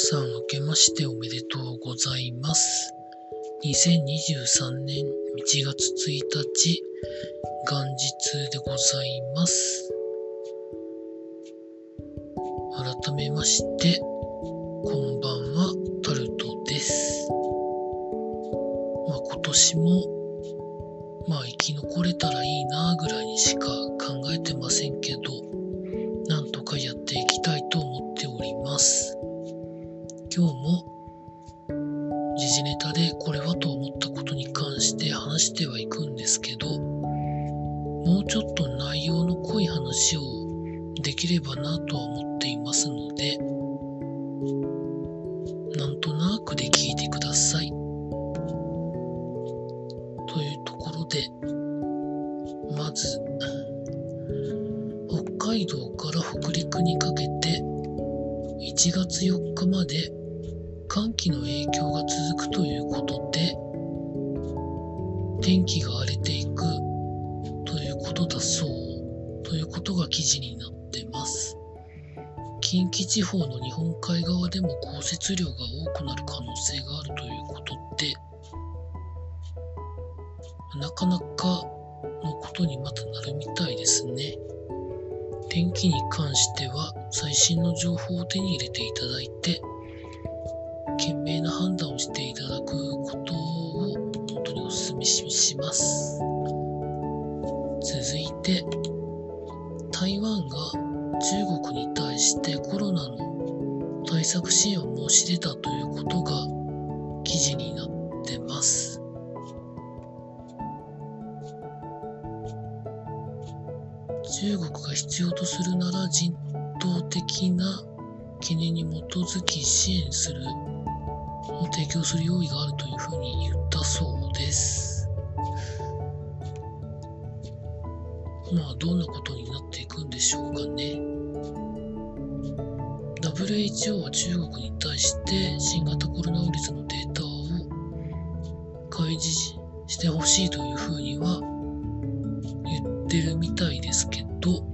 さん明けましておめでとうございます。2023年1月1日、元日でございます。改めまして、こんばんは、タルトです。今年も、生き残れたらいいなぐらいにしか考えてませんけど、なんとかやっていきたいと思っております。今日も時事ネタでこれはと思ったことに関して話してはいくんですけど、もうちょっと内容の濃い話をできればなとは思っていますので、なんとなくで聞いてください。というところで、まず北海道から北陸にかけて1月4日まで寒気の影響が続くということで、天気が荒れていくということだそうということが記事になってます。近畿地方の日本海側でも降雪量が多くなる可能性があるということで、なかなかのことにまたなるみたいですね。天気に関しては最新の情報を手に入れていただいて、賢明な判断をしていただくことを本当にお勧めします。続いて、台湾が中国に対してコロナの対策支援を申し出たということが記事になってます。中国が必要とするなら人道的な懸念に基づき支援するを提供する用意があるというふうに言ったそうです。どんなことになっていくんでしょうかね。WHO は中国に対して新型コロナウイルスのデータを開示してほしいというふうには言ってるみたいですけど、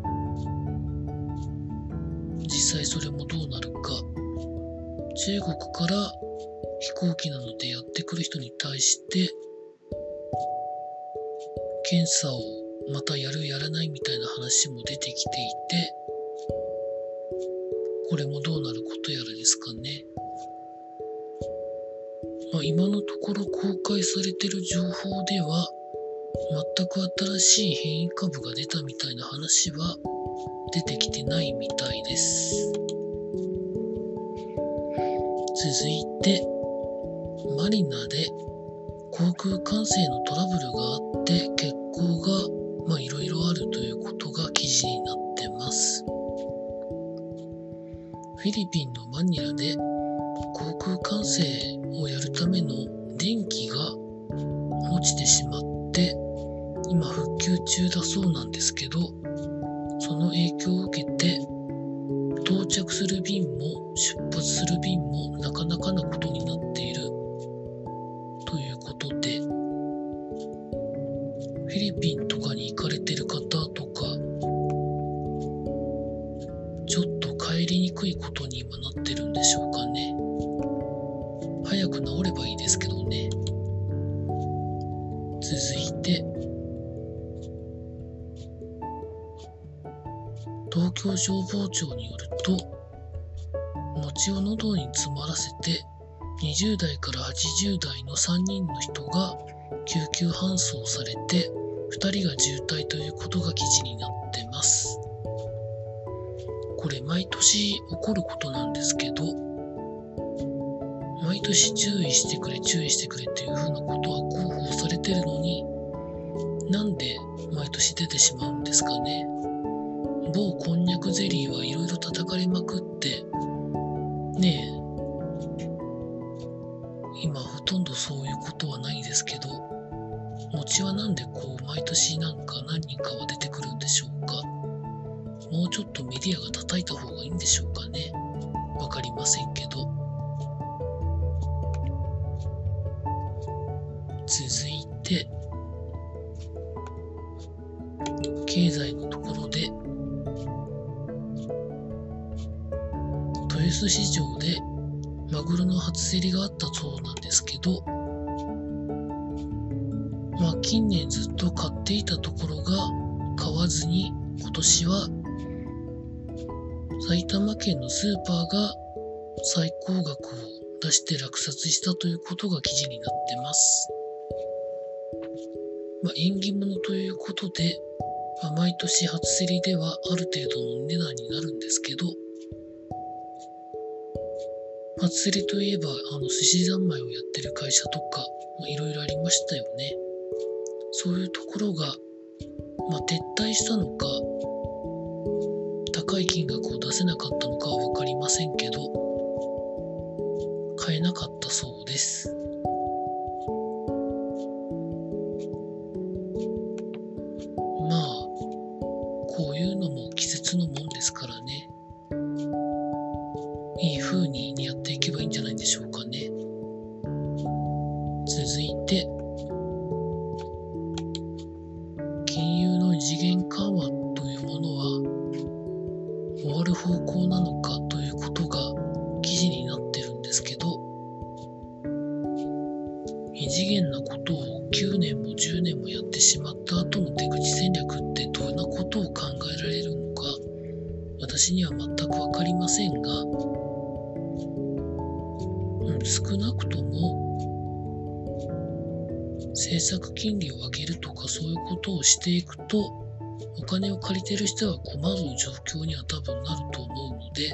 実際それもどうなるか。中国から飛行機などでやってくる人に対して検査をまたやるやらないみたいな話も出てきていて、これもどうなることやらですかね。今のところ公開されている情報では全く新しい変異株が出たみたいな話は出てきてないみたいです。続いて、マリナで航空管制のトラブルがあって欠航がいろいろあるということが記事になってます。フィリピンのマニラで航空管制をやるための電気が落ちてしまって今復旧中だそうなんですけど、その影響を受けて到着する便も出発する便もなかなかなことになっているということで、フィリピンとかに行かれてる方とかちょっと帰りにくいことに今なってるんでしょうかね。早く治ればいいですけどね。続いて、東京消防庁によると、餅を喉に詰まらせて20代から80代の3人の人が救急搬送されて2人が重体ということが記事になってます。これ毎年起こることなんですけど、毎年注意してくれっていうふうなことは広報されてるのに、なんで毎年出てしまうんですかね。某こんにゃくゼリーはいろいろ叩かれまくってねえ、今ほとんどそういうことはないですけど、餅はなんで毎年何人かは出てくるんでしょうか。もうちょっとメディアが叩いた方がいいんでしょうかね。わかりませんけど。続いて、経済のところで、豊洲市場でマグロの初競りがあったそうなんですけど、近年ずっと買っていたところが買わずに、今年は埼玉県のスーパーが最高額を出して落札したということが記事になってます。縁起物ということで、毎年初競りではある程度の値段になるんですけど、初競りといえば寿司三昧をやってる会社とかいろいろありましたよね。そういうところが、撤退したのか高い金額を出せなかったのかは分かりませんけど、買えなかったそうです。こういうのも季節のもんですからね、いい風にやっていけばいいんじゃないでしょうかね。続いて、金融の異次元緩和というものは終わる方向なのかということが記事になってるんですけど、異次元なことを9年も10年もやってしまった後の出口戦略ってどんなことを考えられるのか、私には全く分かりませんが、少なくとも政策金利を上げるとかそういうことをしていくと、お金を借りてる人は困る状況には多分なると思うので、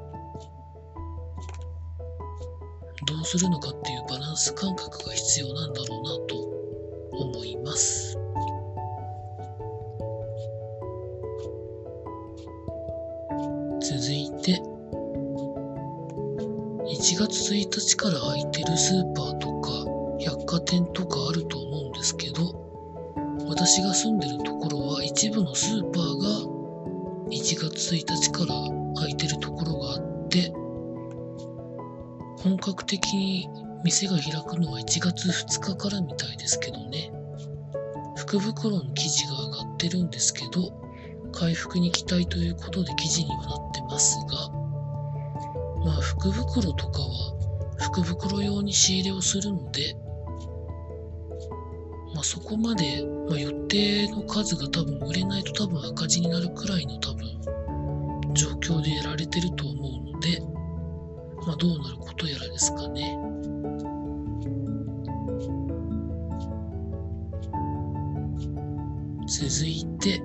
どうするのかっていうバランス感覚が必要なんだろうなと思います。続いて、1月1日から開いてるスーパーとか百貨店とかあると思うんですけど、私が住んでるところは一部のスーパーが1月1日から開いてるところがあって、本格的に店が開くのは1月2日からみたいですけどね。福袋の記事が上がってるんですけど、回復に期待ということで記事にはなってますが、福袋とかは福袋用に仕入れをするので、そこまで、予定の数が多分売れないと多分赤字になるくらいの多分状況でやられてると思うので、どうなることやらですかね。続いて、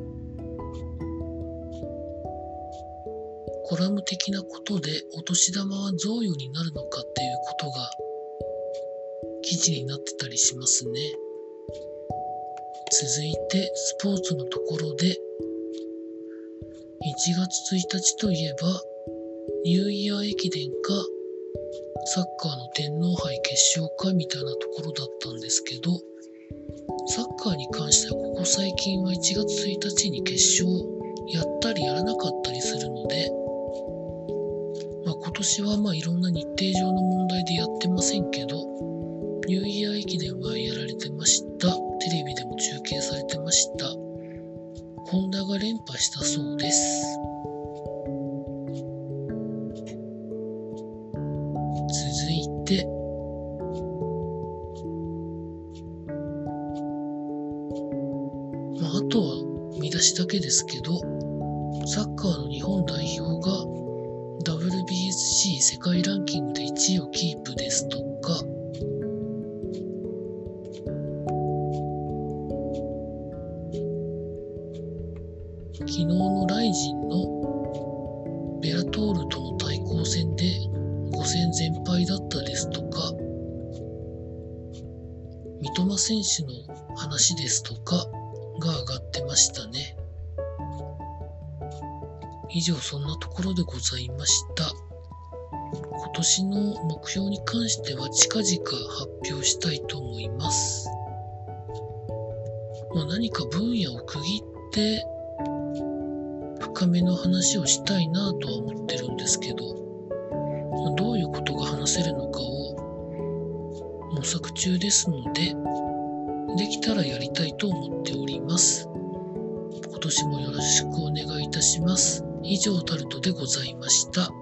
コラム的なことでお年玉は贈与になるのかっていうことが記事になってたりしますね。続いてスポーツのところで、1月1日といえばニューイヤー駅伝かサッカーの天皇杯決勝かみたいなところだったんですけど、サッカーに関してはここ最近は1月1日に決勝やったりやらなかったりするので、今年はいろんな日程上の問題でやってませんけど、ニューイヤー駅伝はやられてました。テレビでも中継されてました。ホンダが連覇したそうです。続いて、あとは見出しだけですけど、サッカーの日本代表が WBSC 世界ランキングで1位をキープですとか、昨日のライジンのベラトールとの対抗戦で5戦全敗だったですとか、三笘選手の話ですとかが上がってましたね。以上そんなところでございました。今年の目標に関しては近々発表したいと思います。何か分野を区切って深めの話をしたいなとは思ってるんですけど、どういうことが話せるのかを模索中ですので、できたらやりたいと思っております。今年もよろしくお願いいたします。以上タルトでございました。